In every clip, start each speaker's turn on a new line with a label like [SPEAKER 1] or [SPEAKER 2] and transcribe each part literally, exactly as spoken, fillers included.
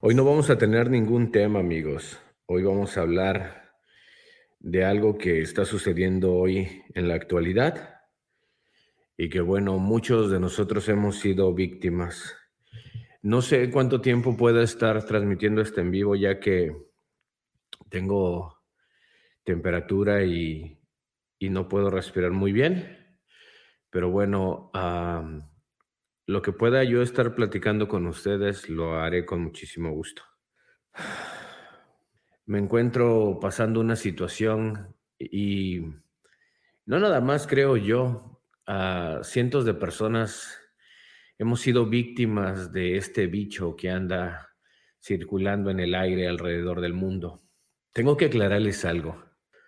[SPEAKER 1] Hoy no vamos a tener ningún tema, amigos. Hoy vamos a hablar de algo que está sucediendo hoy en la actualidad y que, bueno, muchos de nosotros hemos sido víctimas. No sé cuánto tiempo pueda estar transmitiendo este en vivo, ya que tengo temperatura y, y no puedo respirar muy bien. Pero bueno, am, lo que pueda yo estar platicando con ustedes lo haré con muchísimo gusto. Me encuentro pasando una situación y no nada más creo yo, a cientos de personas hemos sido víctimas de este bicho que anda circulando en el aire alrededor del mundo. Tengo que aclararles algo.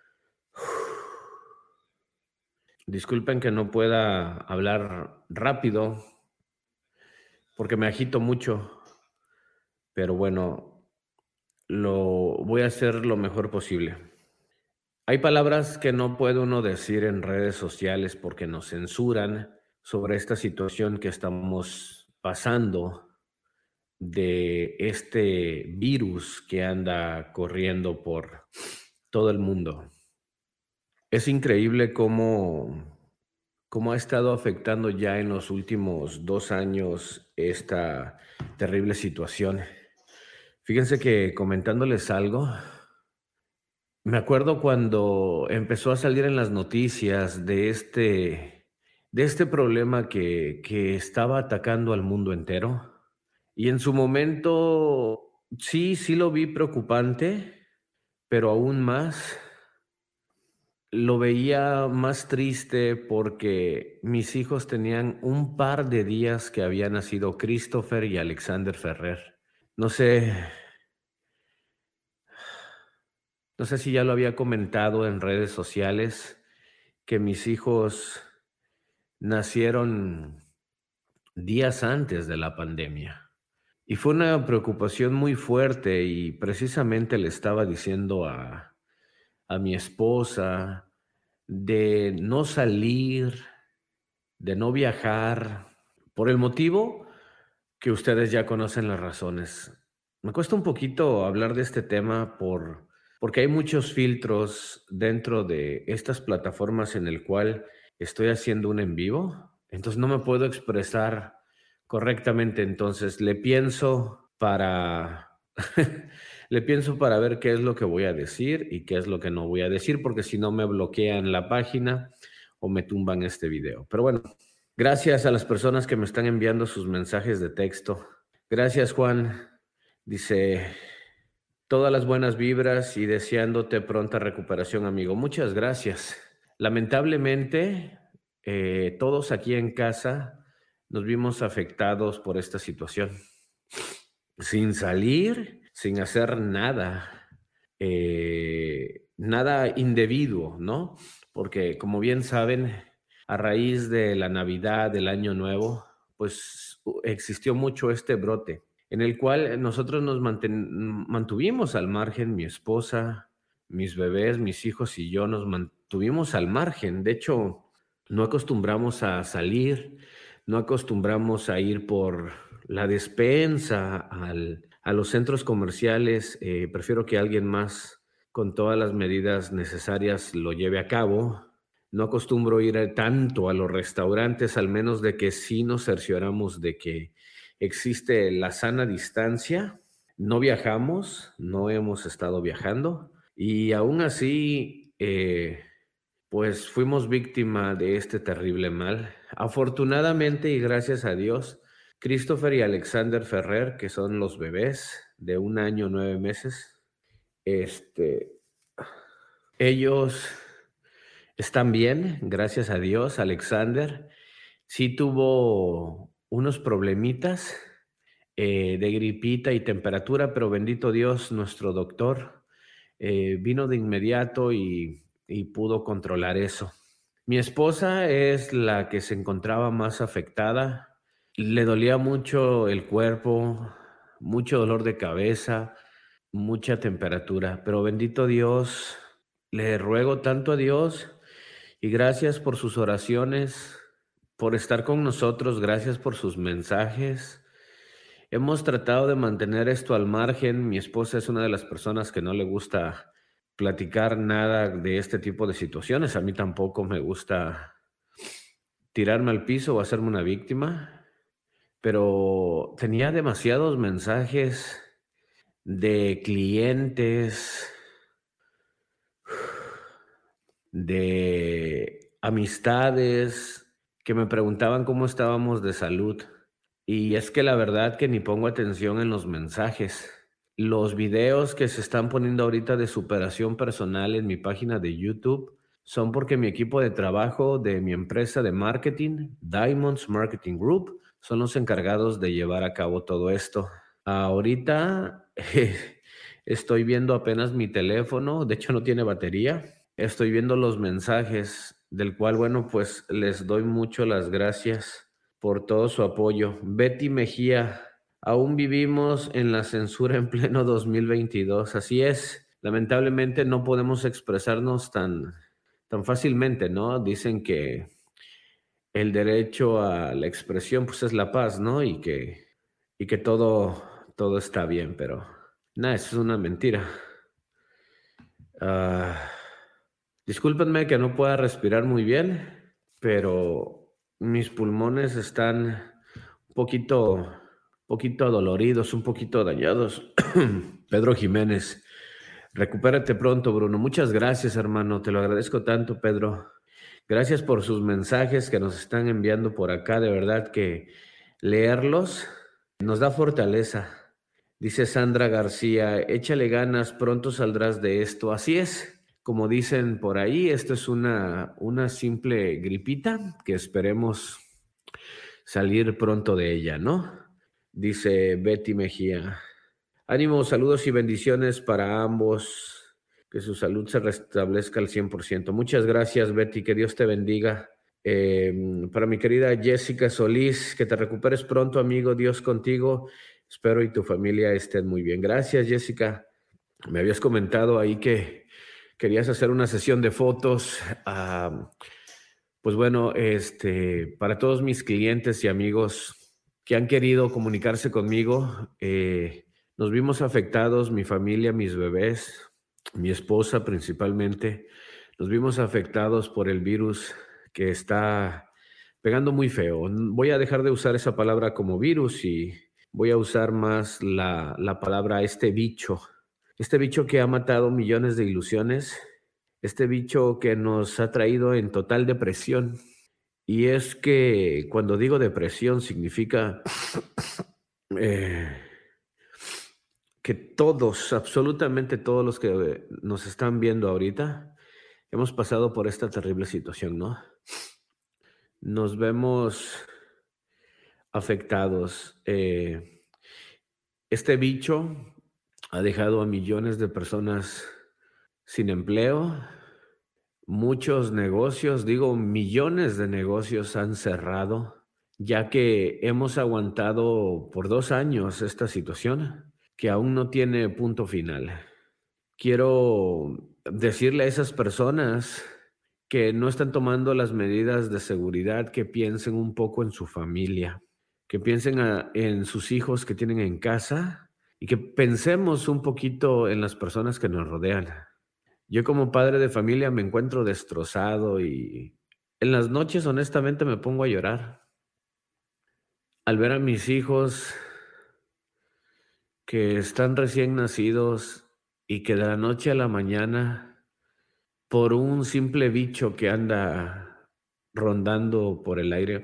[SPEAKER 1] Disculpen que no pueda hablar rápido porque me agito mucho, pero bueno, lo voy a hacer lo mejor posible. Hay palabras que no puede uno decir en redes sociales porque nos censuran sobre esta situación que estamos pasando de este virus que anda corriendo por todo el mundo. Es increíble cómo, cómo ha estado afectando ya en los últimos dos años esta terrible situación. Fíjense que comentándoles algo, me acuerdo cuando empezó a salir en las noticias de este, de este problema que, que estaba atacando al mundo entero. Y en su momento, sí, sí lo vi preocupante, pero aún más lo veía más triste porque mis hijos tenían un par de días que había nacido Christopher y Alexander Ferrer. No sé, no sé si ya lo había comentado en redes sociales que mis hijos nacieron días antes de la pandemia. Y fue una preocupación muy fuerte y precisamente le estaba diciendo a, a mi esposa de no salir, de no viajar, por el motivo que ustedes ya conocen las razones. Me cuesta un poquito hablar de este tema por, porque hay muchos filtros dentro de estas plataformas en el cual estoy haciendo un en vivo, entonces no me puedo expresar correctamente, entonces le pienso para le pienso para ver qué es lo que voy a decir y qué es lo que no voy a decir, porque si no me bloquean la página o me tumban este video. Pero bueno, gracias a las personas que me están enviando sus mensajes de texto. Gracias, Juan. Dice, todas las buenas vibras y deseándote pronta recuperación, amigo. Muchas gracias. Lamentablemente, eh, todos aquí en casa nos vimos afectados por esta situación. Sin salir, sin hacer nada, eh, nada indebido, ¿no? Porque como bien saben, a raíz de la Navidad, del Año Nuevo, pues u- existió mucho este brote, en el cual nosotros nos manten- mantuvimos al margen, mi esposa, mis bebés, mis hijos y yo nos mantuvimos al margen. De hecho, no acostumbramos a salir, no acostumbramos a ir por la despensa al- a los centros comerciales. Eh, prefiero que alguien más, con todas las medidas necesarias, lo lleve a cabo. No acostumbro ir a- tanto a los restaurantes, al menos de que sí nos cercioramos de que existe la sana distancia. No viajamos, no hemos estado viajando y aún así, eh, pues fuimos víctima de este terrible mal. Afortunadamente y gracias a Dios, Christopher y Alexander Ferrer, que son los bebés de un año nueve meses, este, ellos están bien, gracias a Dios. Alexander sí tuvo unos problemitas eh, de gripita y temperatura, pero bendito Dios, nuestro doctor eh, vino de inmediato y, y pudo controlar eso. Mi esposa es la que se encontraba más afectada. Le dolía mucho el cuerpo, mucho dolor de cabeza, mucha temperatura, pero bendito Dios, le ruego tanto a Dios y gracias por sus oraciones, por estar con nosotros, gracias por sus mensajes. Hemos tratado de mantener esto al margen. Mi esposa es una de las personas que no le gusta platicar nada de este tipo de situaciones. A mí tampoco me gusta tirarme al piso o hacerme una víctima, pero tenía demasiados mensajes de clientes, de amistades que me preguntaban cómo estábamos de salud. Y es que la verdad que ni pongo atención en los mensajes. Los videos que se están poniendo ahorita de superación personal en mi página de YouTube son porque mi equipo de trabajo de mi empresa de marketing, Diamonds Marketing Group, son los encargados de llevar a cabo todo esto. Ahorita estoy viendo apenas mi teléfono, de hecho no tiene batería. Estoy viendo los mensajes, del cual, bueno, pues les doy mucho las gracias por todo su apoyo. Betty Mejía, aún vivimos en la censura en pleno dos mil veintidós. Así es, lamentablemente no podemos expresarnos tan, tan fácilmente, ¿no? Dicen que el derecho a la expresión, pues es la paz, ¿no? Y que, y que todo, todo está bien, pero nada, eso es una mentira. Ah, discúlpenme que no pueda respirar muy bien, pero mis pulmones están un poquito, poquito adoloridos, un poquito dañados. Pedro Jiménez, recupérate pronto, Bruno. Muchas gracias, hermano. Te lo agradezco tanto, Pedro. Gracias por sus mensajes que nos están enviando por acá. De verdad que leerlos nos da fortaleza. Dice Sandra García, échale ganas, pronto saldrás de esto. Así es. Como dicen por ahí, esto es una, una simple gripita que esperemos salir pronto de ella, ¿no? Dice Betty Mejía. Ánimo, saludos y bendiciones para ambos. Que su salud se restablezca al cien por ciento. Muchas gracias, Betty. Que Dios te bendiga. Eh, para mi querida Jessica Solís, que te recuperes pronto, amigo. Dios contigo. Espero y tu familia estén muy bien. Gracias, Jessica. Me habías comentado ahí que querías hacer una sesión de fotos. Uh, pues bueno, este, para todos mis clientes y amigos que han querido comunicarse conmigo, eh, nos vimos afectados, mi familia, mis bebés, mi esposa principalmente, nos vimos afectados por el virus que está pegando muy feo. Voy a dejar de usar esa palabra como virus y voy a usar más la, la palabra este bicho. Este bicho que ha matado millones de ilusiones, este bicho que nos ha traído en total depresión. Y es que cuando digo depresión significa eh, que todos, absolutamente todos los que nos están viendo ahorita, hemos pasado por esta terrible situación, ¿no? Nos vemos afectados. Eh, este bicho ha dejado a millones de personas sin empleo. Muchos negocios, digo millones de negocios han cerrado, ya que hemos aguantado por dos años esta situación que aún no tiene punto final. Quiero decirle a esas personas que no están tomando las medidas de seguridad, que piensen un poco en su familia, que piensen a, en sus hijos que tienen en casa y que pensemos un poquito en las personas que nos rodean. Yo como padre de familia me encuentro destrozado y en las noches honestamente me pongo a llorar al ver a mis hijos que están recién nacidos y que de la noche a la mañana, por un simple bicho que anda rondando por el aire,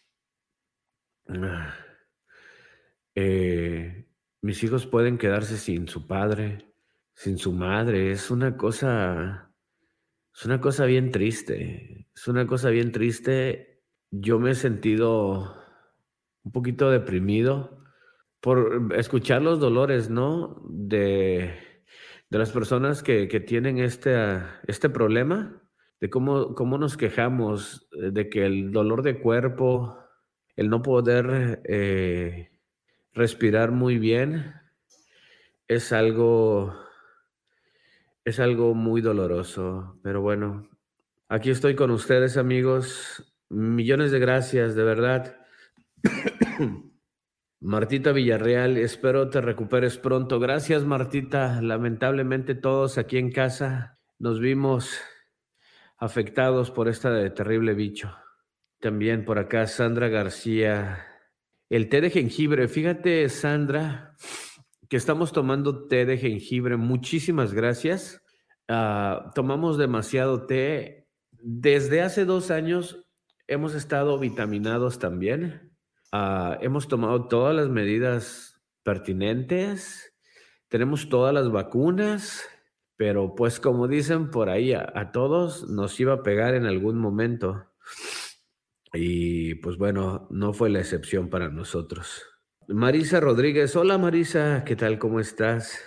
[SPEAKER 1] eh, mis hijos pueden quedarse sin su padre, sin su madre. Es una cosa, es una cosa bien triste. Es una cosa bien triste. Yo me he sentido un poquito deprimido por escuchar los dolores, ¿no? De, de las personas que, que tienen este, ah, este problema, de cómo, cómo nos quejamos, eh, de que el dolor de cuerpo, el no poder eh, respirar muy bien, es algo, es algo muy doloroso. Pero bueno, aquí estoy con ustedes, amigos. Millones de gracias, de verdad. Martita Villarreal, espero te recuperes pronto. Gracias, Martita. Lamentablemente todos aquí en casa nos vimos afectados por este terrible bicho. También por acá Sandra García. El té de jengibre. Fíjate, Sandra, que estamos tomando té de jengibre. Muchísimas gracias. Ah, tomamos demasiado té. Desde hace dos años hemos estado vitaminados también. Ah, hemos tomado todas las medidas pertinentes. Tenemos todas las vacunas. Pero pues como dicen por ahí, a, a todos nos iba a pegar en algún momento. Y pues bueno, no fue la excepción para nosotros. Marisa Rodríguez, hola Marisa, ¿qué tal? ¿Cómo estás?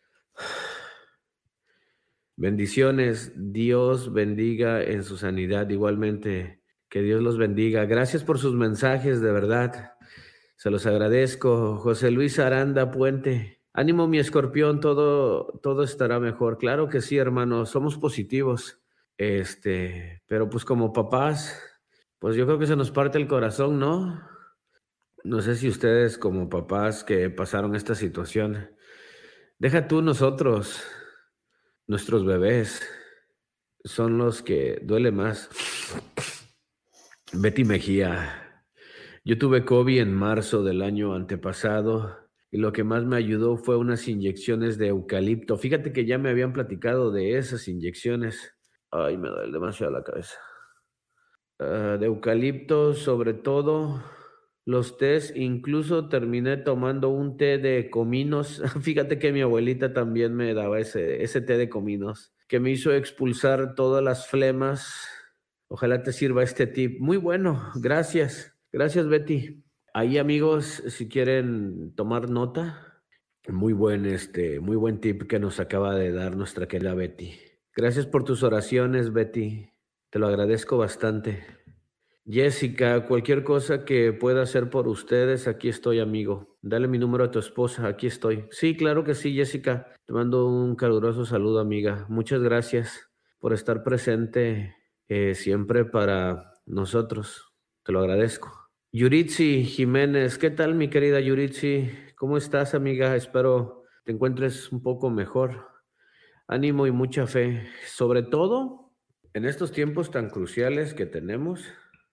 [SPEAKER 1] Bendiciones, Dios bendiga en su sanidad igualmente, que Dios los bendiga. Gracias por sus mensajes, de verdad, se los agradezco. José Luis Aranda Puente, ánimo mi escorpión, todo, todo estará mejor. Claro que sí, hermano, somos positivos, este, pero pues como papás, pues yo creo que se nos parte el corazón, ¿no? No sé si ustedes como papás que pasaron esta situación, deja tú nosotros, nuestros bebés son los que duele más. Betty Mejía, yo tuve COVID en marzo del año antepasado y lo que más me ayudó fue unas inyecciones de eucalipto. Fíjate que ya me habían platicado de esas inyecciones. Ay, me duele demasiado la cabeza. Uh, de eucalipto, sobre todo los tés, incluso terminé tomando un té de cominos. Fíjate que mi abuelita también me daba ese, ese té de cominos, que me hizo expulsar todas las flemas. Ojalá te sirva este tip. Muy bueno, gracias. Gracias, Betty. Ahí, amigos, si quieren tomar nota, muy buen, este, muy buen tip que nos acaba de dar nuestra querida Betty. Gracias por tus oraciones, Betty. Te lo agradezco bastante. Jessica, cualquier cosa que pueda hacer por ustedes, aquí estoy, amigo. Dale mi número a tu esposa, aquí estoy. Sí, claro que sí, Jessica. Te mando un caluroso saludo, amiga. Muchas gracias por estar presente eh, siempre para nosotros. Te lo agradezco. Yuritsi Jiménez, ¿qué tal, mi querida Yuritsi? ¿Cómo estás, amiga? Espero te encuentres un poco mejor. Ánimo y mucha fe, sobre todo en estos tiempos tan cruciales que tenemos.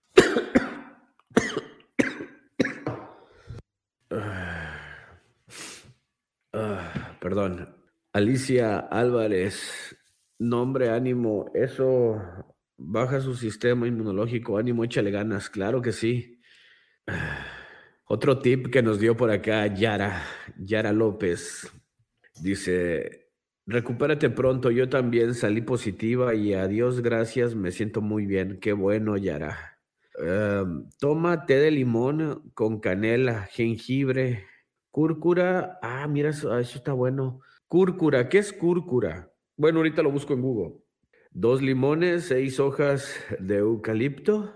[SPEAKER 1] Ah, ah, perdón. Alicia Álvarez, nombre, ánimo, eso baja su sistema inmunológico, ánimo, échale ganas, claro que sí. Ah, otro tip que nos dio por acá Yara, Yara López, dice, recupérate pronto, yo también salí positiva y a Dios gracias, me siento muy bien, qué bueno, Yara. Um, toma té de limón con canela, jengibre, cúrcura. Ah, mira, eso, ah, eso está bueno. Cúrcura, ¿qué es cúrcura? Bueno, ahorita lo busco en Google. Dos limones, seis hojas de eucalipto,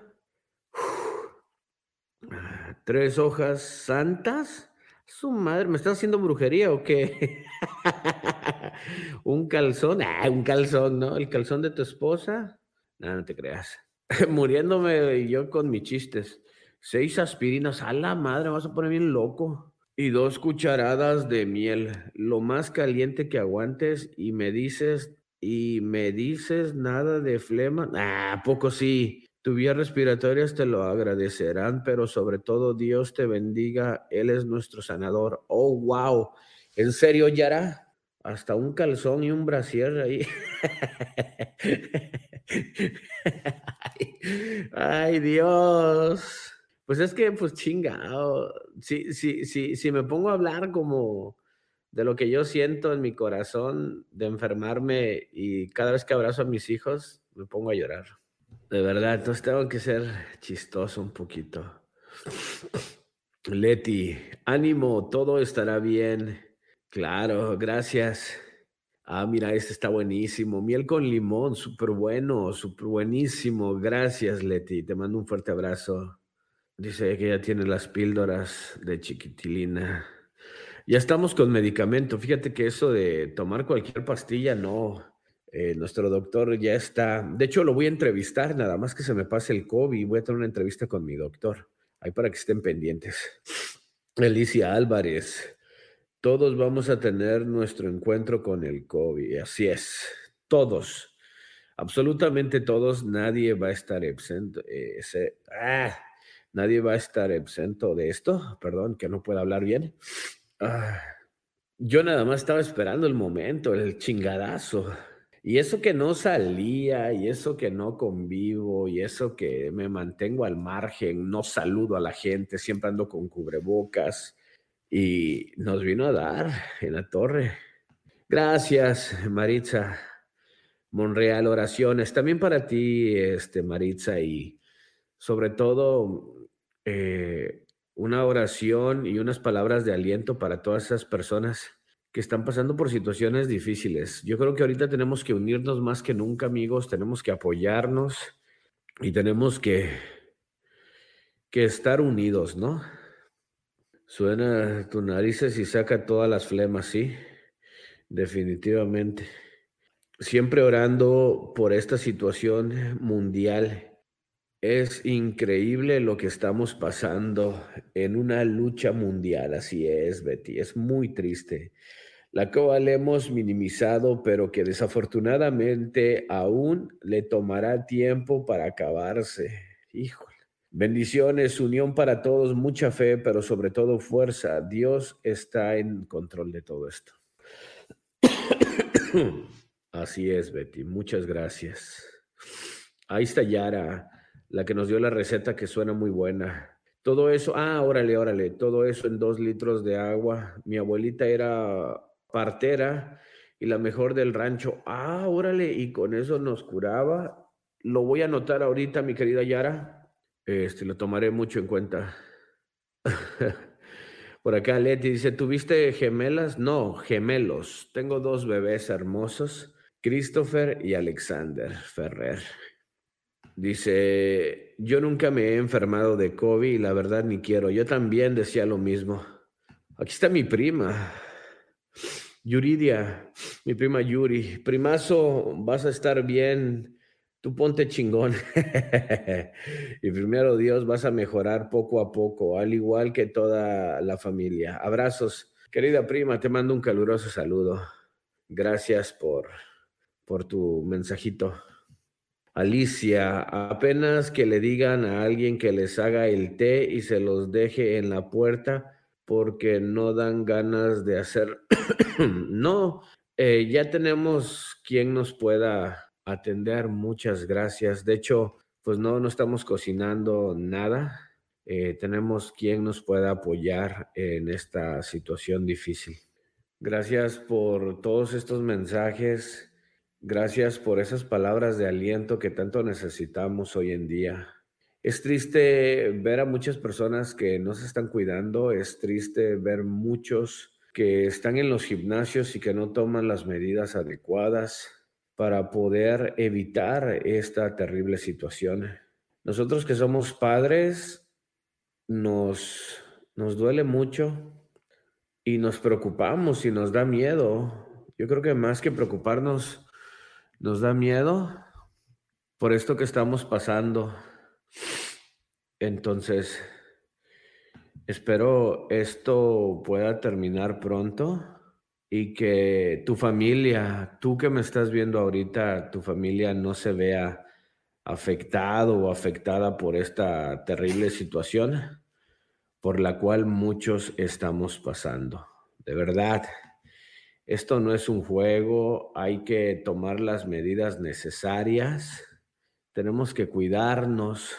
[SPEAKER 1] ah, tres hojas santas. Su madre, ¿me estás haciendo brujería o qué? Un calzón, ah, un calzón, ¿no? El calzón de tu esposa. No, no te creas. Muriéndome yo con mis chistes. Seis aspirinas, a la madre, me vas a poner bien loco. Y dos cucharadas de miel, lo más caliente que aguantes y me dices, y me dices nada de flema. Ah, ¿a poco sí? Tu vías respiratorias te lo agradecerán, pero sobre todo Dios te bendiga, Él es nuestro sanador. Oh, wow. ¿En serio, Yara? Hasta un calzón y un brasier ahí. Ay, ay, Dios. Pues es que, pues chingado. Si, si, si, si me pongo a hablar como de lo que yo siento en mi corazón de enfermarme y cada vez que abrazo a mis hijos, me pongo a llorar. De verdad, entonces tengo que ser chistoso un poquito. Leti, ánimo, todo estará bien. Claro, gracias. Ah, mira, este está buenísimo. Miel con limón, súper bueno, súper buenísimo. Gracias, Leti. Te mando un fuerte abrazo. Dice que ya tiene las píldoras de chiquitilina. Ya estamos con medicamento. Fíjate que eso de tomar cualquier pastilla, no. Eh, nuestro doctor ya está. De hecho, lo voy a entrevistar, nada más que se me pase el COVID. Voy a tener una entrevista con mi doctor. Ahí para que estén pendientes. Alicia Álvarez, todos vamos a tener nuestro encuentro con el COVID, así es, todos, absolutamente todos, nadie va a estar exento, eh, se- ah, nadie va a estar exento de esto, perdón, que no puedo hablar bien. Ah, yo nada más estaba esperando el momento, el chingadazo. Y eso que no salía, y eso que no convivo, y eso que me mantengo al margen, no saludo a la gente, siempre ando con cubrebocas, y nos vino a dar en la torre. Gracias, Maritza. Monreal, oraciones. También para ti, este, Maritza, y sobre todo eh, una oración y unas palabras de aliento para todas esas personas que están pasando por situaciones difíciles. Yo creo que ahorita tenemos que unirnos más que nunca, amigos, tenemos que apoyarnos y tenemos que, que estar unidos, ¿no? Suena tu narices y saca todas las flemas, sí, definitivamente. Siempre orando por esta situación mundial. Es increíble lo que estamos pasando en una lucha mundial, así es, Betty, es muy triste. La cual hemos minimizado, pero que desafortunadamente aún le tomará tiempo para acabarse. Híjole. Bendiciones, unión para todos, mucha fe, pero sobre todo fuerza. Dios está en control de todo esto. Así es, Betty. Muchas gracias. Ahí está Yara, la que nos dio la receta que suena muy buena. Todo eso, ah, órale, órale, todo eso en dos litros de agua. Mi abuelita era partera y la mejor del rancho. Ah, órale, y con eso nos curaba. Lo voy a anotar ahorita, mi querida Yara. Este, lo tomaré mucho en cuenta. Por acá Leti dice, ¿tuviste gemelas? No, gemelos. Tengo dos bebés hermosos, Christopher y Alexander Ferrer. Dice, yo nunca me he enfermado de COVID y la verdad ni quiero. Yo también decía lo mismo. Aquí está mi prima, Yuridia, mi prima Yuri. Primazo, vas a estar bien. Tú ponte chingón. Y primero Dios, vas a mejorar poco a poco, al igual que toda la familia. Abrazos. Querida prima, te mando un caluroso saludo. Gracias por, por tu mensajito. Alicia, apenas que le digan a alguien que les haga el té y se los deje en la puerta porque no dan ganas de hacer. No, eh, ya tenemos quien nos pueda atender. Muchas gracias. De hecho, pues no, no estamos cocinando nada. Eh, tenemos quien nos pueda apoyar en esta situación difícil. Gracias por todos estos mensajes. Gracias por esas palabras de aliento que tanto necesitamos hoy en día. Es triste ver a muchas personas que no se están cuidando. Es triste ver muchos que están en los gimnasios y que no toman las medidas adecuadas para poder evitar esta terrible situación. Nosotros que somos padres, nos, nos duele mucho y nos preocupamos y nos da miedo. Yo creo que más que preocuparnos, nos da miedo por esto que estamos pasando. Entonces, espero esto pueda terminar pronto y que tu familia, tú que me estás viendo ahorita, tu familia no se vea afectado o afectada por esta terrible situación por la cual muchos estamos pasando. De verdad. Esto no es un juego, hay que tomar las medidas necesarias, tenemos que cuidarnos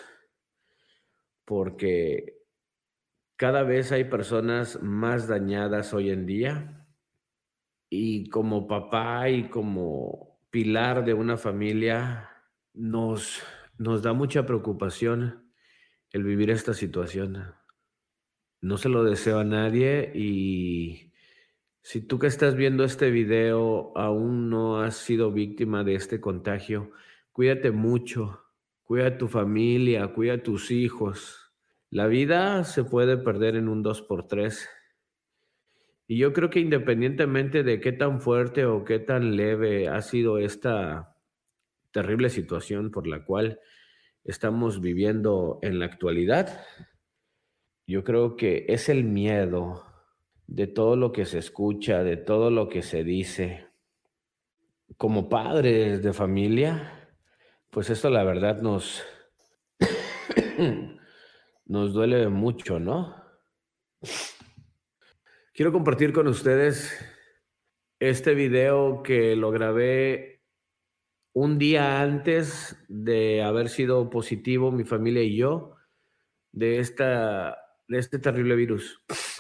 [SPEAKER 1] porque cada vez hay personas más dañadas hoy en día y como papá y como pilar de una familia nos, nos da mucha preocupación el vivir esta situación. No se lo deseo a nadie y si tú que estás viendo este video aún no has sido víctima de este contagio, cuídate mucho, cuida a tu familia, cuida a tus hijos. La vida se puede perder en un dos por tres. Y yo creo que independientemente de qué tan fuerte o qué tan leve ha sido esta terrible situación por la cual estamos viviendo en la actualidad, Yo creo que es el miedo de todo lo que se escucha, de todo lo que se dice. Como padres de familia, pues esto la verdad nos, nos duele mucho, ¿no? Quiero compartir con ustedes este video que lo grabé un día antes de haber sido positivo mi familia y yo de esta de este terrible virus.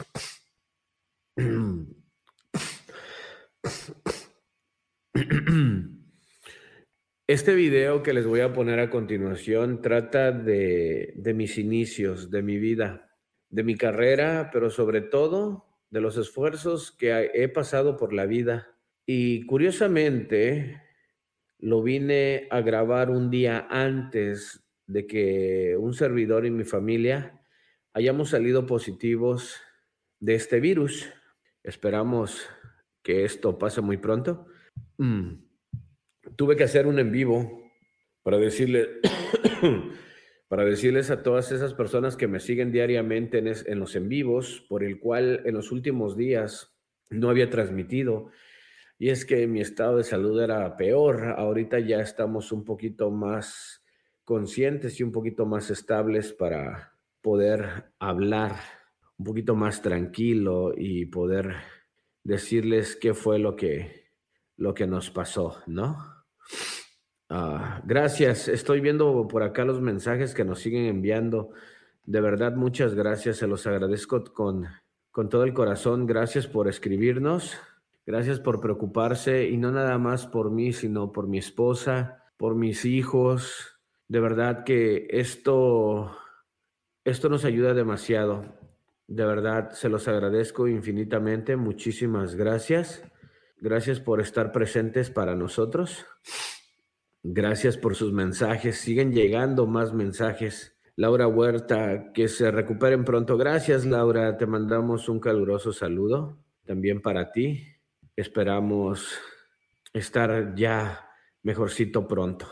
[SPEAKER 1] Este video que les voy a poner a continuación trata de, de mis inicios, de mi vida, de mi carrera, pero sobre todo de los esfuerzos que he pasado por la vida. Y curiosamente, lo vine a grabar un día antes de que un servidor y mi familia hayamos salido positivos de este virus. Esperamos que esto pase muy pronto. Mm. Tuve que hacer un en vivo para decirle, para decirles a todas esas personas que me siguen diariamente en, es, en los en vivos, por el cual en los últimos días no había transmitido. Y es que mi estado de salud era peor. Ahorita ya estamos un poquito más conscientes y un poquito más estables para poder hablar un poquito más tranquilo y poder decirles qué fue lo que, lo que nos pasó, ¿no? Ah, gracias. Estoy viendo por acá los mensajes que nos siguen enviando. De verdad, muchas gracias. Se los agradezco con, con todo el corazón. Gracias por escribirnos. Gracias por preocuparse y no nada más por mí, sino por mi esposa, por mis hijos. De verdad que esto, esto nos ayuda demasiado. De verdad, se los agradezco infinitamente. Muchísimas gracias. Gracias por estar presentes para nosotros. Gracias por sus mensajes. Siguen llegando más mensajes. Laura Huerta, que se recuperen pronto. Gracias, Laura. Te mandamos un caluroso saludo también para ti. Esperamos estar ya mejorcito pronto.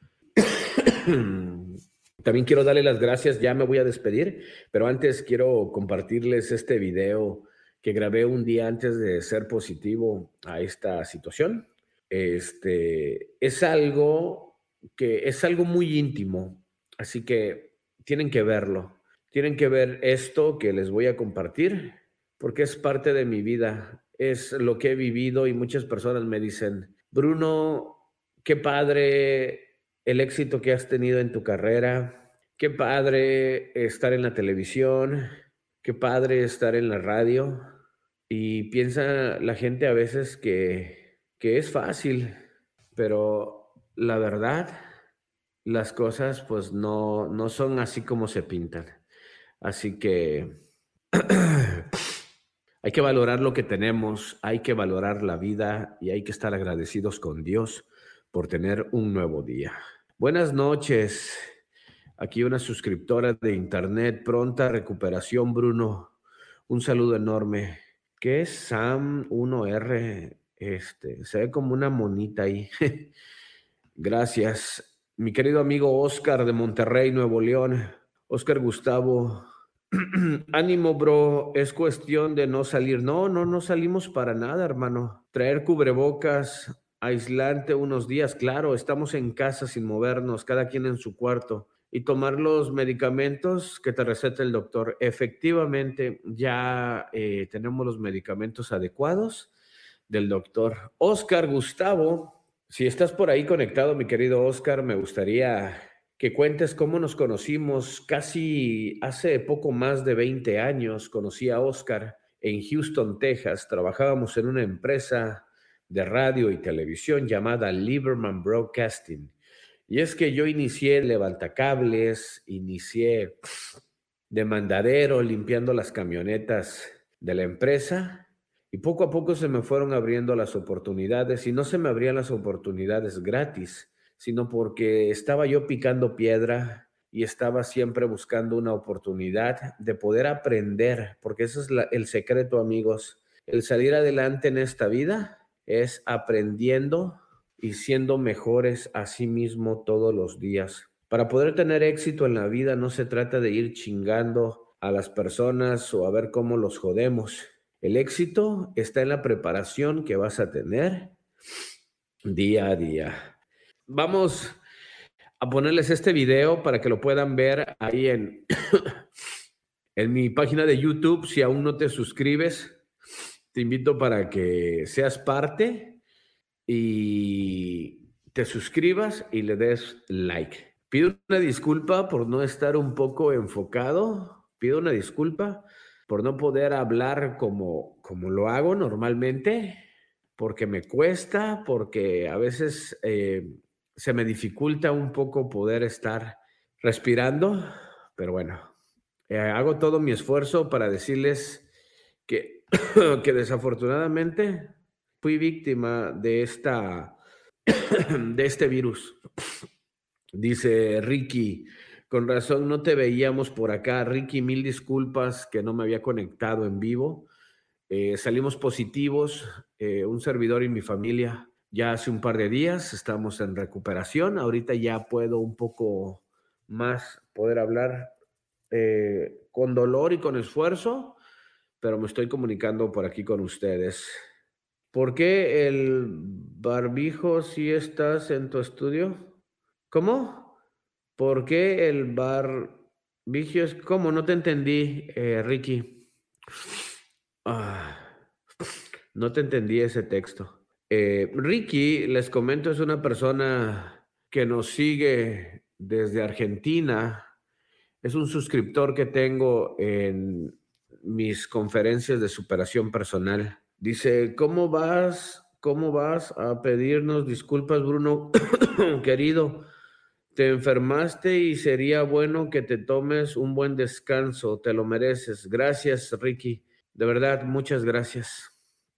[SPEAKER 1] También quiero darle las gracias, ya me voy a despedir, pero antes quiero compartirles este video que grabé un día antes de ser positivo a esta situación. Este, es algo que es algo muy íntimo, así que tienen que verlo. Tienen que ver esto que les voy a compartir, porque es parte de mi vida, es lo que he vivido y muchas personas me dicen, Bruno, qué padre el éxito que has tenido en tu carrera, qué padre estar en la televisión, qué padre estar en la radio. Y piensa la gente a veces que, que es fácil, pero la verdad, las cosas pues no, no son así como se pintan. Así que hay que valorar lo que tenemos, hay que valorar la vida y hay que estar agradecidos con Dios por tener un nuevo día. Buenas noches. Aquí una suscriptora de internet. Pronta recuperación, Bruno. Un saludo enorme. ¿Qué es Sam uno R? Este, se ve como una monita ahí. Gracias. Mi querido amigo Oscar de Monterrey, Nuevo León. Oscar Gustavo. Ánimo, bro. Es cuestión de no salir. No, no, no salimos para nada, hermano. Traer cubrebocas, aislante unos días. Claro, estamos en casa sin movernos, cada quien en su cuarto. Y tomar los medicamentos que te receta el doctor. Efectivamente, ya eh, tenemos los medicamentos adecuados del doctor. Oscar Gustavo, si estás por ahí conectado, mi querido Oscar, me gustaría que cuentes cómo nos conocimos. Casi hace poco más de veinte años conocí a Oscar en Houston, Texas. Trabajábamos en una empresa de radio y televisión llamada Lieberman Broadcasting. Y es que yo inicié levantacables, inicié de mandadero, limpiando las camionetas de la empresa, y poco a poco se me fueron abriendo las oportunidades, y no se me abrían las oportunidades gratis, sino porque estaba yo picando piedra y estaba siempre buscando una oportunidad de poder aprender, porque ese es la, el secreto, amigos. El salir adelante en esta vida es aprendiendo y siendo mejores a sí mismo todos los días. Para poder tener éxito en la vida no se trata de ir chingando a las personas o a ver cómo los jodemos. El éxito está en la preparación que vas a tener día a día. Vamos a ponerles este video para que lo puedan ver ahí en, en mi página de YouTube. Si aún no te suscribes, te invito para que seas parte y te suscribas y le des like. Pido una disculpa por no estar un poco enfocado. Pido una disculpa por no poder hablar como, como lo hago normalmente, porque me cuesta, porque a veces eh, se me dificulta un poco poder estar respirando, pero bueno, eh, hago todo mi esfuerzo para decirles que, que desafortunadamente fui víctima de, esta, de este virus. Dice Ricky, con razón no te veíamos por acá. Ricky, mil disculpas que no me había conectado en vivo. Eh, salimos positivos, eh, un servidor y mi familia, ya hace un par de días. Estamos en recuperación. Ahorita ya puedo un poco más poder hablar eh, con dolor y con esfuerzo, pero me estoy comunicando por aquí con ustedes. ¿Por qué el barbijo si estás en tu estudio? ¿Cómo? ¿Por qué el barbijo es? ¿Cómo? No te entendí, eh, Ricky. Ah, no te entendí ese texto. Eh, Ricky, les comento, es una persona que nos sigue desde Argentina. Es un suscriptor que tengo en mis conferencias de superación personal. Dice, ¿cómo vas? ¿Cómo vas a pedirnos disculpas, Bruno? Querido, te enfermaste y sería bueno que te tomes un buen descanso. Te lo mereces. Gracias, Ricky. De verdad, muchas gracias.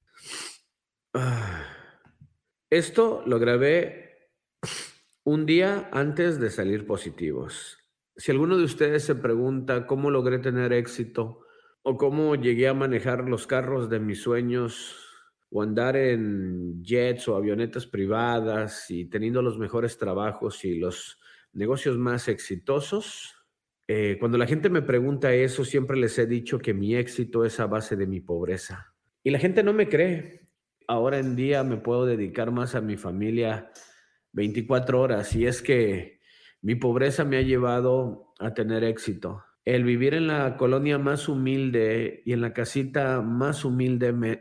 [SPEAKER 1] Ah. Esto lo grabé un día antes de salir positivos. Si alguno de ustedes se pregunta cómo logré tener éxito o cómo llegué a manejar los carros de mis sueños o andar en jets o avionetas privadas y teniendo los mejores trabajos y los negocios más exitosos, eh, cuando la gente me pregunta eso, siempre les he dicho que mi éxito es a base de mi pobreza. Y la gente no me cree. Ahora en día me puedo dedicar más a mi familia veinticuatro horas y es que mi pobreza me ha llevado a tener éxito. El vivir en la colonia más humilde y en la casita más humilde me,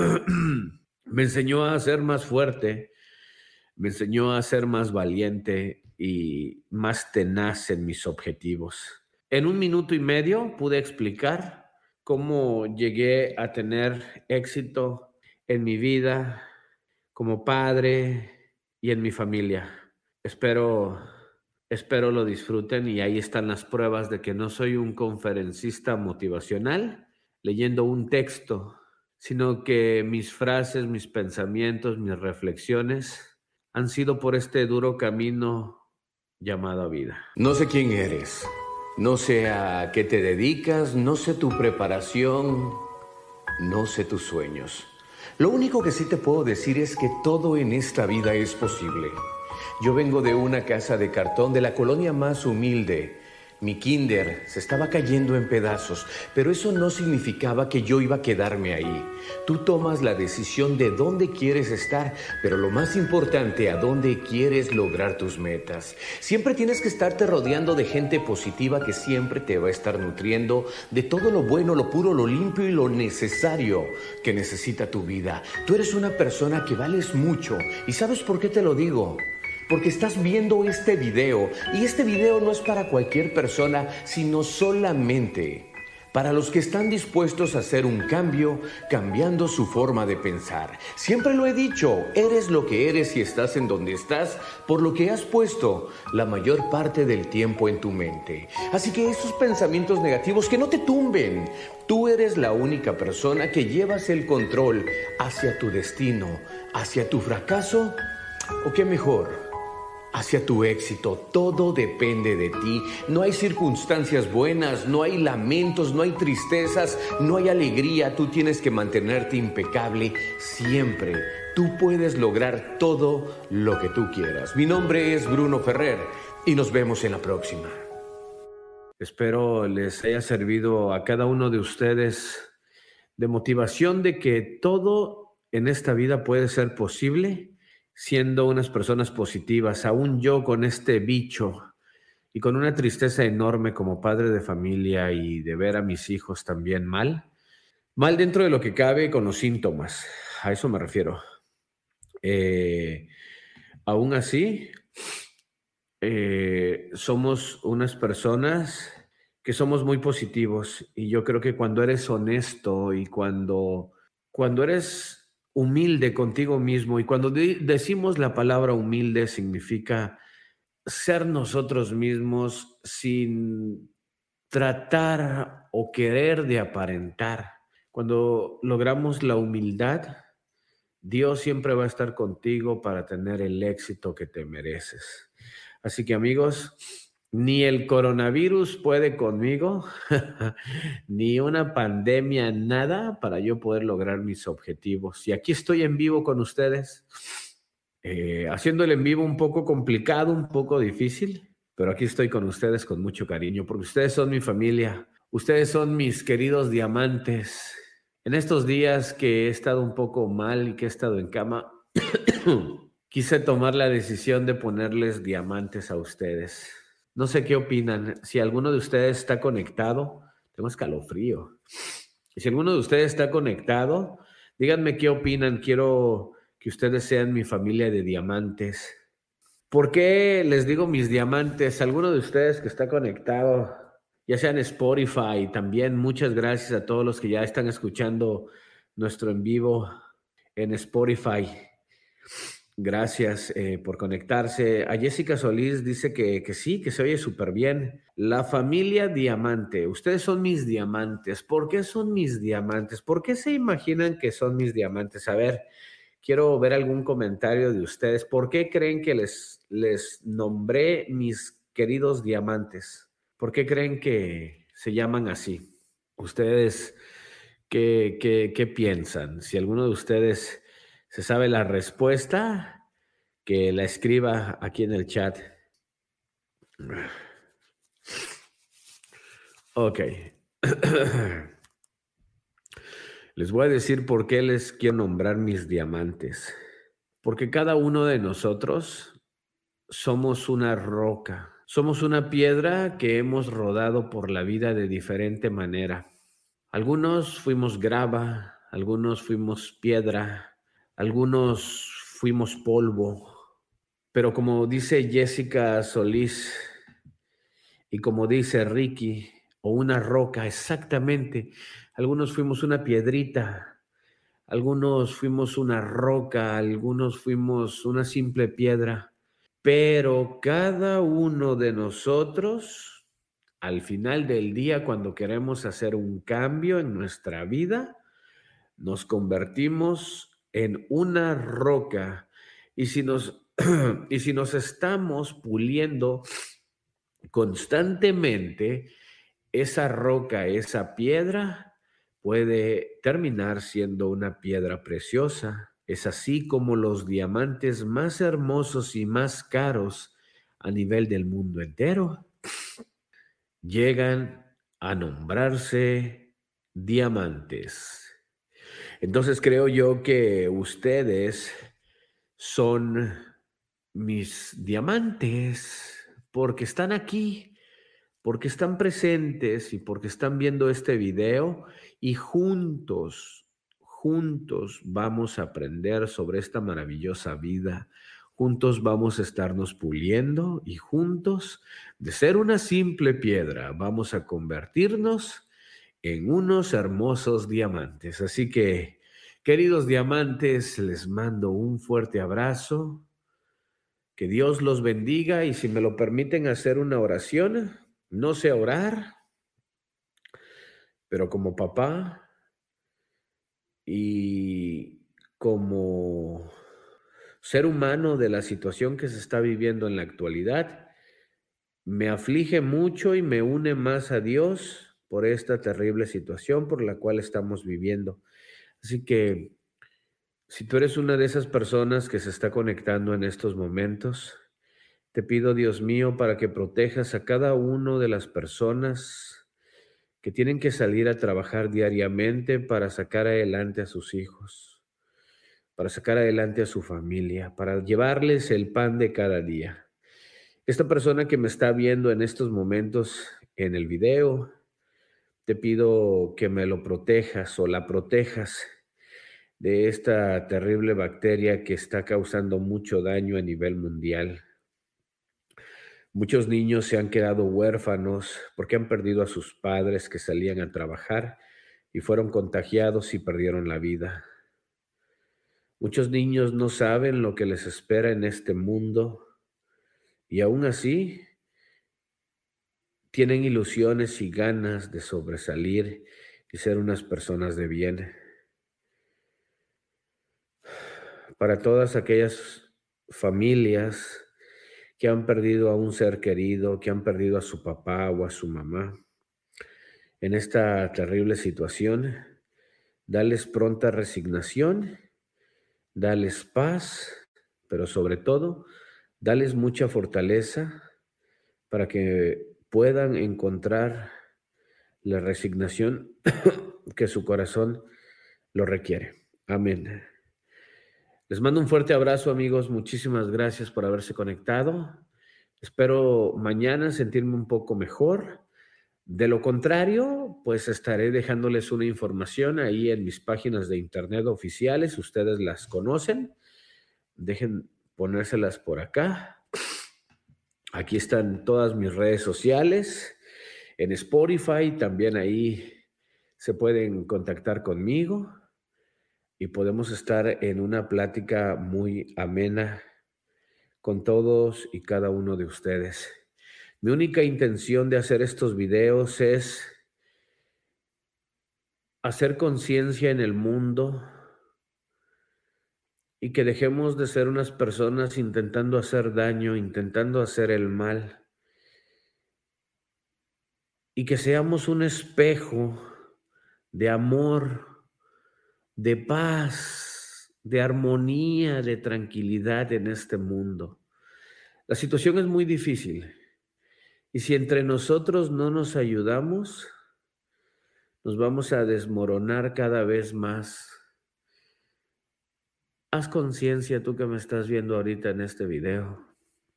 [SPEAKER 1] me enseñó a ser más fuerte, me enseñó a ser más valiente y más tenaz en mis objetivos. En un minuto y medio pude explicar cómo llegué a tener éxito en mi vida, como padre y en mi familia. Espero, espero lo disfruten y ahí están las pruebas de que no soy un conferencista motivacional leyendo un texto, sino que mis frases, mis pensamientos, mis reflexiones han sido por este duro camino llamado vida.
[SPEAKER 2] No sé quién eres, no sé a qué te dedicas, no sé tu preparación, no sé tus sueños. Lo único que sí te puedo decir es que todo en esta vida es posible. Yo vengo de una casa de cartón de la colonia más humilde. Mi kinder se estaba cayendo en pedazos, pero eso no significaba que yo iba a quedarme ahí. Tú tomas la decisión de dónde quieres estar, pero lo más importante, a dónde quieres lograr tus metas. Siempre tienes que estarte rodeando de gente positiva que siempre te va a estar nutriendo de todo lo bueno, lo puro, lo limpio y lo necesario que necesita tu vida. Tú eres una persona que vales mucho. ¿Y sabes por qué te lo digo? Porque estás viendo este video y este video no es para cualquier persona, sino solamente para los que están dispuestos a hacer un cambio, cambiando su forma de pensar. Siempre lo he dicho, eres lo que eres y estás en donde estás por lo que has puesto la mayor parte del tiempo en tu mente. Así que esos pensamientos negativos que no te tumben. Tú eres la única persona que llevas el control hacia tu destino, hacia tu fracaso o qué mejor, hacia tu éxito. Todo depende de ti. No hay circunstancias buenas, no hay lamentos, no hay tristezas, no hay alegría. Tú tienes que mantenerte impecable siempre. Tú puedes lograr todo lo que tú quieras. Mi nombre es Bruno Ferrer y nos vemos en la próxima.
[SPEAKER 1] Espero les haya servido a cada uno de ustedes de motivación de que todo en esta vida puede ser posible siendo unas personas positivas. Aún yo con este bicho y con una tristeza enorme como padre de familia y de ver a mis hijos también mal, mal dentro de lo que cabe con los síntomas, a eso me refiero. Eh, Aún así, eh, somos unas personas que somos muy positivos y yo creo que cuando eres honesto y cuando, cuando eres humilde contigo mismo y cuando de- decimos la palabra humilde significa ser nosotros mismos sin tratar o querer de aparentar. Cuando logramos la humildad, Dios siempre va a estar contigo para tener el éxito que te mereces. Así que amigos, ni el coronavirus puede conmigo, ni una pandemia, nada para yo poder lograr mis objetivos. Y aquí estoy en vivo con ustedes, eh, haciendo el en vivo un poco complicado, un poco difícil, pero aquí estoy con ustedes con mucho cariño, porque ustedes son mi familia, ustedes son mis queridos diamantes. En estos días que he estado un poco mal y que he estado en cama, quise tomar la decisión de ponerles diamantes a ustedes. No sé qué opinan. Si alguno de ustedes está conectado, tengo escalofrío. Y si alguno de ustedes está conectado, díganme qué opinan. Quiero que ustedes sean mi familia de diamantes. ¿Por qué les digo mis diamantes? Alguno de ustedes que está conectado, ya sea en Spotify, también muchas gracias a todos los que ya están escuchando nuestro en vivo en Spotify. Gracias eh, por conectarse. A Jessica Solís dice que, que sí, que se oye súper bien. La familia Diamante. Ustedes son mis diamantes. ¿Por qué son mis diamantes? ¿Por qué se imaginan que son mis diamantes? A ver, quiero ver algún comentario de ustedes. ¿Por qué creen que les, les nombré mis queridos diamantes? ¿Por qué creen que se llaman así? ¿Ustedes qué, qué, qué piensan? Si alguno de ustedes se sabe la respuesta, que la escriba aquí en el chat. Ok. Les voy a decir por qué les quiero nombrar mis diamantes. Porque cada uno de nosotros somos una roca, somos una piedra que hemos rodado por la vida de diferente manera. Algunos fuimos grava, algunos fuimos piedra, algunos fuimos polvo, pero como dice Jessica Solís y como dice Ricky, o una roca, exactamente, algunos fuimos una piedrita, algunos fuimos una roca, algunos fuimos una simple piedra. Pero cada uno de nosotros, al final del día, cuando queremos hacer un cambio en nuestra vida, nos convertimos en una roca. Y si nos, y si nos estamos puliendo constantemente, esa roca, esa piedra, puede terminar siendo una piedra preciosa. Es así como los diamantes más hermosos y más caros a nivel del mundo entero llegan a nombrarse diamantes. Entonces creo yo que ustedes son mis diamantes porque están aquí, porque están presentes y porque están viendo este video y juntos, juntos vamos a aprender sobre esta maravillosa vida. Juntos vamos a estarnos puliendo y juntos, de ser una simple piedra, vamos a convertirnos en unos hermosos diamantes. Así que, queridos diamantes, les mando un fuerte abrazo. Que Dios los bendiga y si me lo permiten hacer una oración, no sé orar, pero como papá y como ser humano de la situación que se está viviendo en la actualidad, me aflige mucho y me une más a Dios por esta terrible situación por la cual estamos viviendo. Así que si tú eres una de esas personas que se está conectando en estos momentos, Te pido, Dios mío, para que protejas a cada una de las personas que tienen que salir a trabajar diariamente para sacar adelante a sus hijos, para sacar adelante a su familia, para llevarles el pan de cada día. Esta persona que me está viendo en estos momentos en el video, te pido que me lo protejas o la protejas de esta terrible bacteria que está causando mucho daño a nivel mundial. Muchos niños se han quedado huérfanos porque han perdido a sus padres que salían a trabajar y fueron contagiados y perdieron la vida. Muchos niños no saben lo que les espera en este mundo y aún así tienen ilusiones y ganas de sobresalir y ser unas personas de bien. Para todas aquellas familias que han perdido a un ser querido, que han perdido a su papá o a su mamá, en esta terrible situación, dales pronta resignación, dales paz, pero sobre todo, dales mucha fortaleza para que puedan encontrar la resignación que su corazón lo requiere. Amén. Les mando un fuerte abrazo, amigos. Muchísimas gracias por haberse conectado. Espero mañana sentirme un poco mejor. De lo contrario, pues estaré dejándoles una información ahí en mis páginas de internet oficiales. Ustedes las conocen. Dejen ponérselas por acá. Aquí están todas mis redes sociales. En Spotify también ahí se pueden contactar conmigo y podemos estar en una plática muy amena con todos y cada uno de ustedes. Mi única intención de hacer estos videos es hacer conciencia en el mundo y que dejemos de ser unas personas intentando hacer daño, intentando hacer el mal, y que seamos un espejo de amor, de paz, de armonía, de tranquilidad en este mundo. La situación es muy difícil y si entre nosotros no nos ayudamos, nos vamos a desmoronar cada vez más. Haz conciencia, tú que me estás viendo ahorita en este video.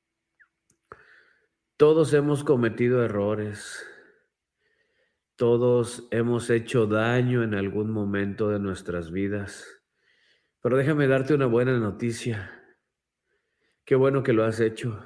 [SPEAKER 1] Todos hemos cometido errores. Todos hemos hecho daño en algún momento de nuestras vidas. Pero déjame darte una buena noticia. Qué bueno que lo has hecho.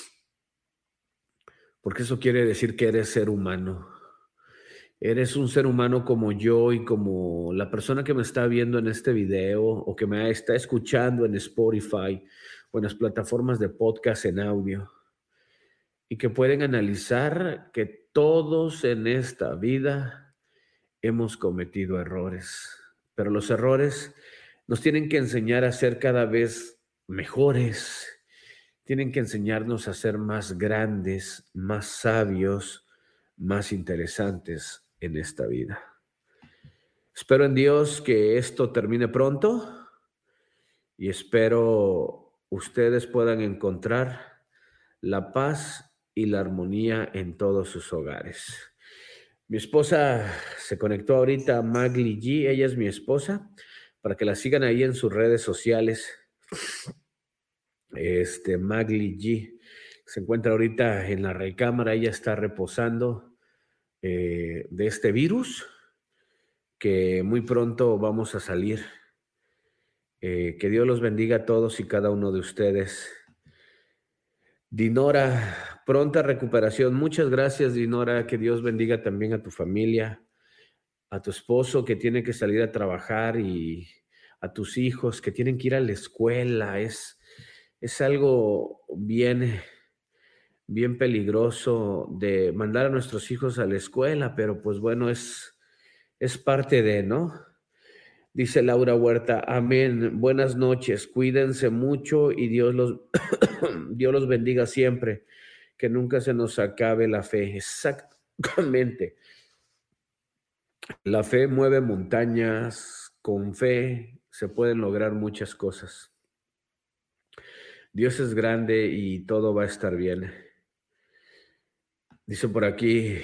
[SPEAKER 1] Porque eso quiere decir que eres ser humano. Eres un ser humano como yo y como la persona que me está viendo en este video o que me está escuchando en Spotify o en las plataformas de podcast en audio y que pueden analizar que todos en esta vida hemos cometido errores, pero los errores nos tienen que enseñar a ser cada vez mejores, tienen que enseñarnos a ser más grandes, más sabios, más interesantes en esta vida. Espero en Dios que esto termine pronto y espero ustedes puedan encontrar la paz y la armonía en todos sus hogares. Mi esposa se conectó ahorita a Magli G, ella es mi esposa, para que la sigan ahí en sus redes sociales. Este, Magli G se encuentra ahorita en la recámara, ella está reposando eh, de este virus, que muy pronto vamos a salir. Eh, que Dios los bendiga a todos y cada uno de ustedes. Dinora, pronta recuperación. Muchas gracias, Dinora. Que Dios bendiga también a tu familia, a tu esposo que tiene que salir a trabajar y a tus hijos que tienen que ir a la escuela. Es, es algo bien, bien peligroso de mandar a nuestros hijos a la escuela, pero pues bueno, es, es parte de, ¿no? Dice Laura Huerta, amén. Buenas noches, cuídense mucho y Dios los, Dios los bendiga siempre. Que nunca se nos acabe la fe. Exactamente. La fe mueve montañas. Con fe se pueden lograr muchas cosas. Dios es grande y todo va a estar bien. Dice por aquí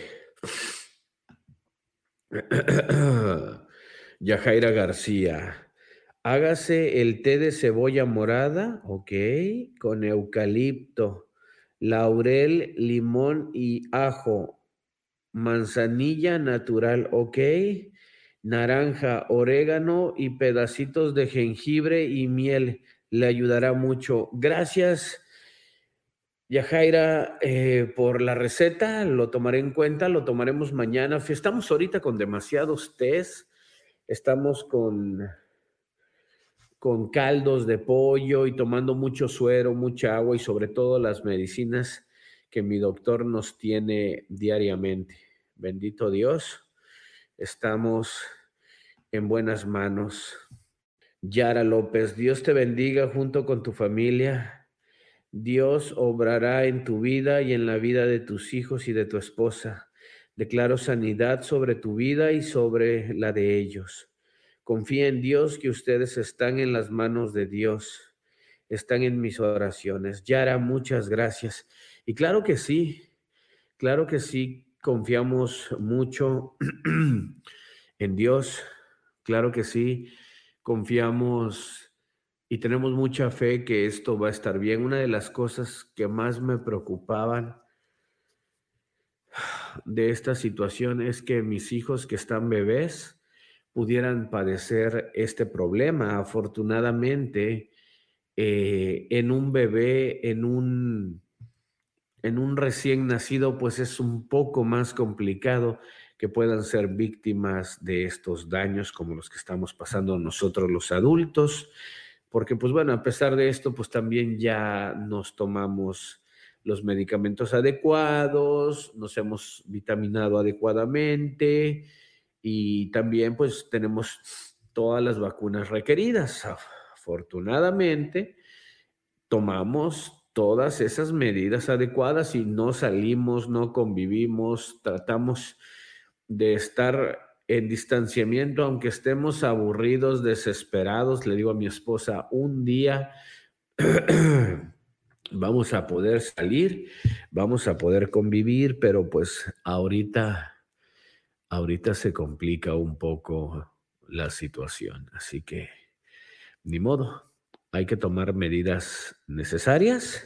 [SPEAKER 1] Yajaira García. Hágase el té de cebolla morada, ok, con eucalipto, laurel, limón y ajo, manzanilla natural, ok, naranja, orégano y pedacitos de jengibre y miel. Le ayudará mucho. Gracias, Yajaira, eh, por la receta. Lo tomaré en cuenta, lo tomaremos mañana. Estamos ahorita con demasiados tés. Estamos con con caldos de pollo y tomando mucho suero, mucha agua y sobre todo las medicinas que mi doctor nos tiene diariamente. Bendito Dios, estamos en buenas manos. Yara López, Dios te bendiga junto con tu familia. Dios obrará en tu vida y en la vida de tus hijos y de tu esposa. Declaro sanidad sobre tu vida y sobre la de ellos. Confía en Dios, que ustedes están en las manos de Dios, están en mis oraciones. Yara, muchas gracias. Y claro que sí, claro que sí, confiamos mucho en Dios, claro que sí, confiamos y tenemos mucha fe que esto va a estar bien. Una de las cosas que más me preocupaban de esta situación es que mis hijos que están bebés pudieran padecer este problema. Afortunadamente, eh, en un bebé, en un, en un recién nacido, pues es un poco más complicado que puedan ser víctimas de estos daños como los que estamos pasando nosotros los adultos, porque pues bueno, a pesar de esto, pues también ya nos tomamos los medicamentos adecuados, nos hemos vitaminado adecuadamente y también pues tenemos todas las vacunas requeridas. Afortunadamente, tomamos todas esas medidas adecuadas y no salimos, no convivimos, tratamos de estar en distanciamiento, aunque estemos aburridos, desesperados. Le digo a mi esposa, un día vamos a poder salir, vamos a poder convivir, pero pues ahorita, ahorita se complica un poco la situación, así que ni modo, hay que tomar medidas necesarias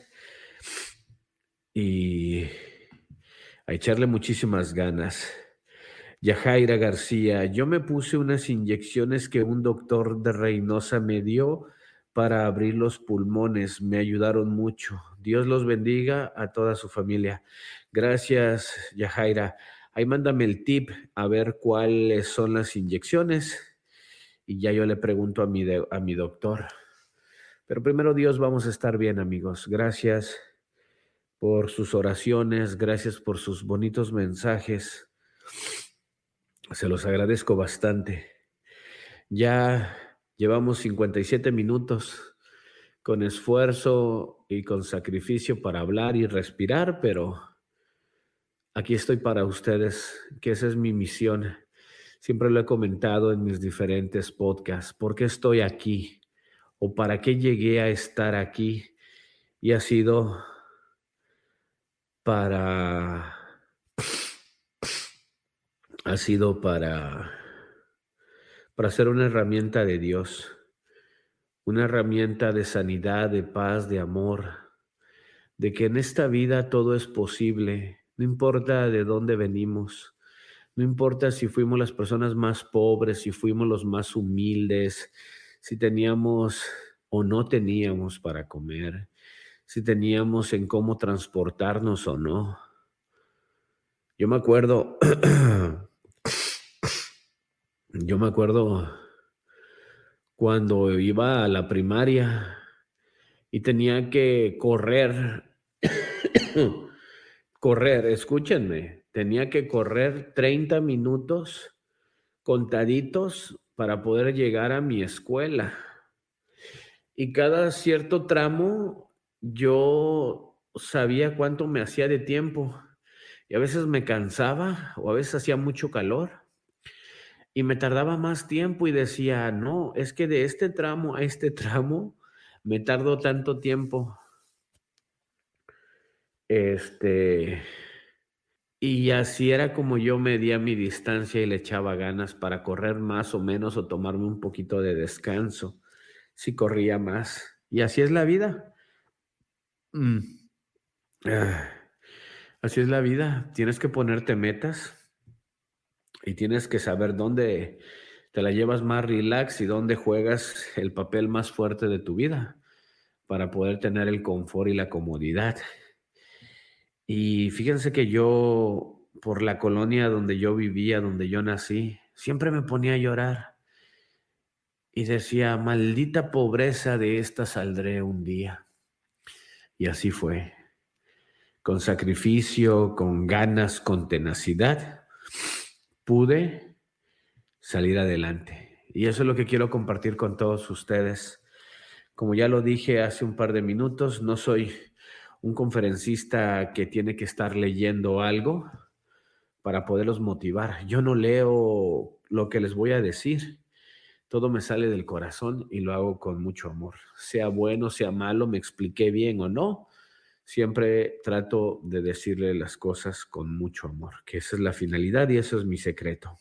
[SPEAKER 1] y a echarle muchísimas ganas. Yajaira García, yo me puse unas inyecciones que un doctor de Reynosa me dio para abrir los pulmones. Me ayudaron mucho. Dios los bendiga a toda su familia. Gracias, Yajaira. Ahí mándame el tip a ver cuáles son las inyecciones y ya yo le pregunto a mi, de, a mi doctor. Pero primero Dios, vamos a estar bien, amigos. Gracias por sus oraciones, gracias por sus bonitos mensajes. Se los agradezco bastante. Ya llevamos cincuenta y siete minutos con esfuerzo y con sacrificio para hablar y respirar, pero aquí estoy para ustedes, que esa es mi misión. Siempre lo he comentado en mis diferentes podcasts. ¿Por qué estoy aquí? ¿O para qué llegué a estar aquí? Y ha sido para... ha sido para... para ser una herramienta de Dios, una herramienta de sanidad, de paz, de amor, de que en esta vida todo es posible, no importa de dónde venimos, no importa si fuimos las personas más pobres, si fuimos los más humildes, si teníamos o no teníamos para comer, si teníamos en cómo transportarnos o no. Yo me acuerdo, yo me acuerdo cuando iba a la primaria y tenía que correr, correr, escúchenme, tenía que correr treinta minutos contaditos para poder llegar a mi escuela. Y cada cierto tramo yo sabía cuánto me hacía de tiempo y a veces me cansaba o a veces hacía mucho calor y me tardaba más tiempo y decía, no, es que de este tramo a este tramo me tardo tanto tiempo. Este, y así era como yo medía mi distancia y le echaba ganas para correr más o menos o tomarme un poquito de descanso, si corría más. Y así es la vida. Mm. Ah, Así es la vida. Tienes que ponerte metas y tienes que saber dónde te la llevas más relax y dónde juegas el papel más fuerte de tu vida para poder tener el confort y la comodidad. Y fíjense que yo, por la colonia donde yo vivía, donde yo nací, siempre me ponía a llorar y decía, maldita pobreza, de esta saldré un día. Y así fue, con sacrificio, con ganas, con tenacidad, pude salir adelante. Y eso es lo que quiero compartir con todos ustedes. Como ya lo dije hace un par de minutos, no soy un conferencista que tiene que estar leyendo algo para poderlos motivar. Yo no leo lo que les voy a decir. Todo me sale del corazón y lo hago con mucho amor. Sea bueno, sea malo, me expliqué bien o no, siempre trato de decirle las cosas con mucho amor, que esa es la finalidad y eso es mi secreto.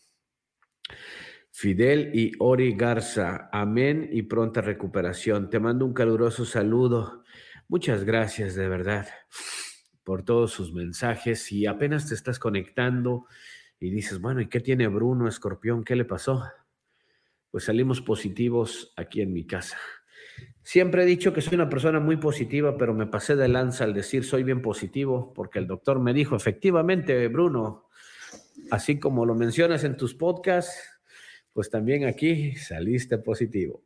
[SPEAKER 1] Fidel y Ori Garza, amén y pronta recuperación. Te mando un caluroso saludo. Muchas gracias de verdad por todos sus mensajes. Si apenas te estás conectando y dices, bueno, ¿y qué tiene Bruno Escorpión? ¿Qué le pasó? Pues salimos positivos aquí en mi casa. Siempre he dicho que soy una persona muy positiva, pero me pasé de lanza al decir soy bien positivo, porque el doctor me dijo, efectivamente, Bruno, así como lo mencionas en tus podcasts, pues también aquí saliste positivo.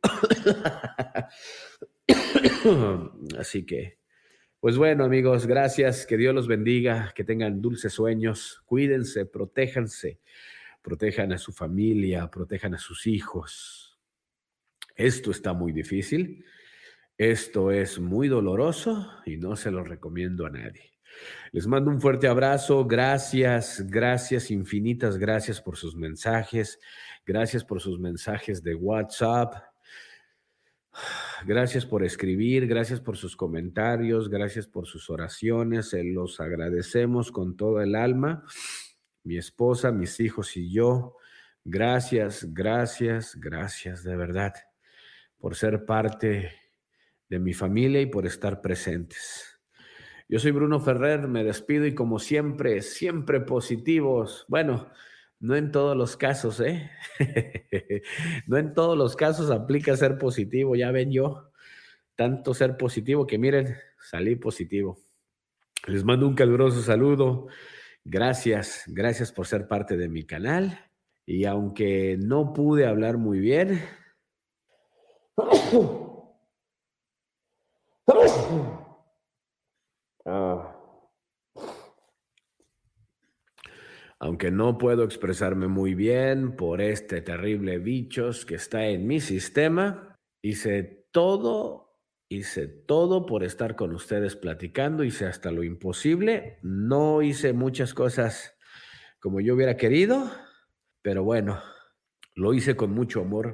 [SPEAKER 1] Así que, pues bueno, amigos, gracias, que Dios los bendiga, que tengan dulces sueños, cuídense, protéjanse, protejan a su familia, protejan a sus hijos. Esto está muy difícil, esto es muy doloroso y no se lo recomiendo a nadie. Les mando un fuerte abrazo, gracias, gracias, infinitas gracias por sus mensajes, gracias por sus mensajes de WhatsApp, gracias por escribir, gracias por sus comentarios, gracias por sus oraciones, se los agradecemos con todo el alma, mi esposa, mis hijos y yo, gracias, gracias, gracias de verdad por ser parte de mi familia y por estar presentes. Yo soy Bruno Ferrer, me despido y como siempre, siempre positivos. Bueno, no en todos los casos, ¿eh? No en todos los casos aplica ser positivo, ya ven yo, tanto ser positivo que miren, salí positivo. Les mando un caluroso saludo. Gracias, gracias por ser parte de mi canal. Y aunque no pude hablar muy bien, ah, aunque no puedo expresarme muy bien por este terrible bichos que está en mi sistema, hice todo, hice todo por estar con ustedes platicando, hice hasta lo imposible, no hice muchas cosas como yo hubiera querido, pero bueno, lo hice con mucho amor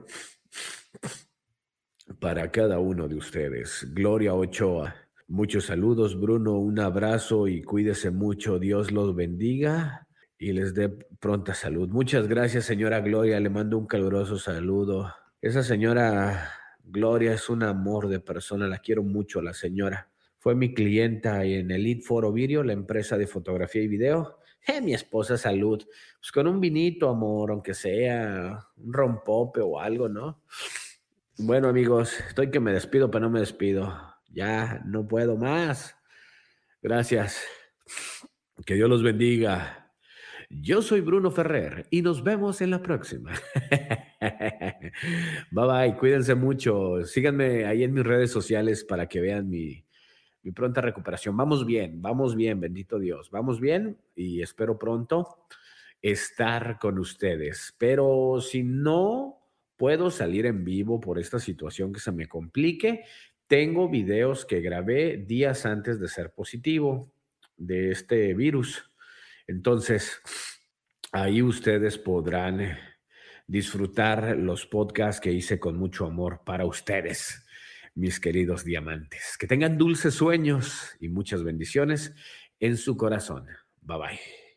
[SPEAKER 1] para cada uno de ustedes. Gloria Ochoa. Muchos saludos, Bruno, un abrazo y cuídese mucho, Dios los bendiga y les dé pronta salud. Muchas gracias, señora Gloria, le mando un caluroso saludo. Esa señora Gloria es un amor de persona, la quiero mucho, la señora. Fue mi clienta en Elite Foro Video, la empresa de fotografía y video. Eh, mi esposa, salud. Pues con un vinito, amor, aunque sea un rompope o algo, ¿no? Bueno, amigos, estoy que me despido, pero no me despido. Ya no puedo más. Gracias. Que Dios los bendiga. Yo soy Bruno Ferrer y nos vemos en la próxima. Bye bye, cuídense mucho. Síganme ahí en mis redes sociales para que vean mi, mi pronta recuperación. Vamos bien, vamos bien, bendito Dios. Vamos bien y espero pronto estar con ustedes. Pero si no puedo salir en vivo por esta situación que se me complique, tengo videos que grabé días antes de ser positivo de este virus. Entonces, ahí ustedes podrán eh, disfrutar los podcasts que hice con mucho amor para ustedes, mis queridos diamantes. Que tengan dulces sueños y muchas bendiciones. en su corazón. Bye bye.